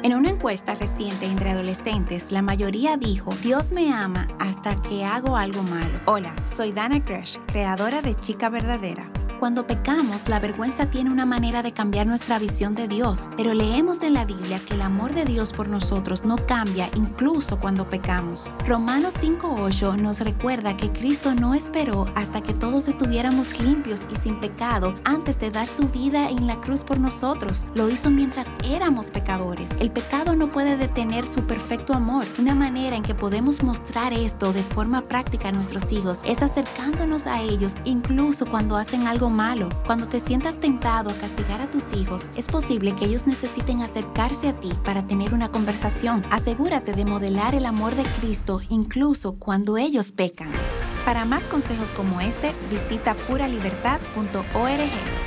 En una encuesta reciente entre adolescentes, la mayoría dijo, Dios me ama hasta que hago algo malo. Hola, soy Dana Gresh, creadora de Chica Verdadera. Cuando pecamos, la vergüenza tiene una manera de cambiar nuestra visión de Dios, pero leemos en la Biblia que el amor de Dios por nosotros no cambia incluso cuando pecamos. Romanos 5:8 nos recuerda que Cristo no esperó hasta que todos estuviéramos limpios y sin pecado antes de dar su vida en la cruz por nosotros. Lo hizo mientras éramos pecadores. El pecado no puede detener su perfecto amor. Una manera en que podemos mostrar esto de forma práctica a nuestros hijos es acercándonos a ellos incluso cuando hacen algo malo. Cuando te sientas tentado a castigar a tus hijos, es posible que ellos necesiten acercarse a ti para tener una conversación. Asegúrate de modelar el amor de Cristo incluso cuando ellos pecan. Para más consejos como este, visita puralibertad.org.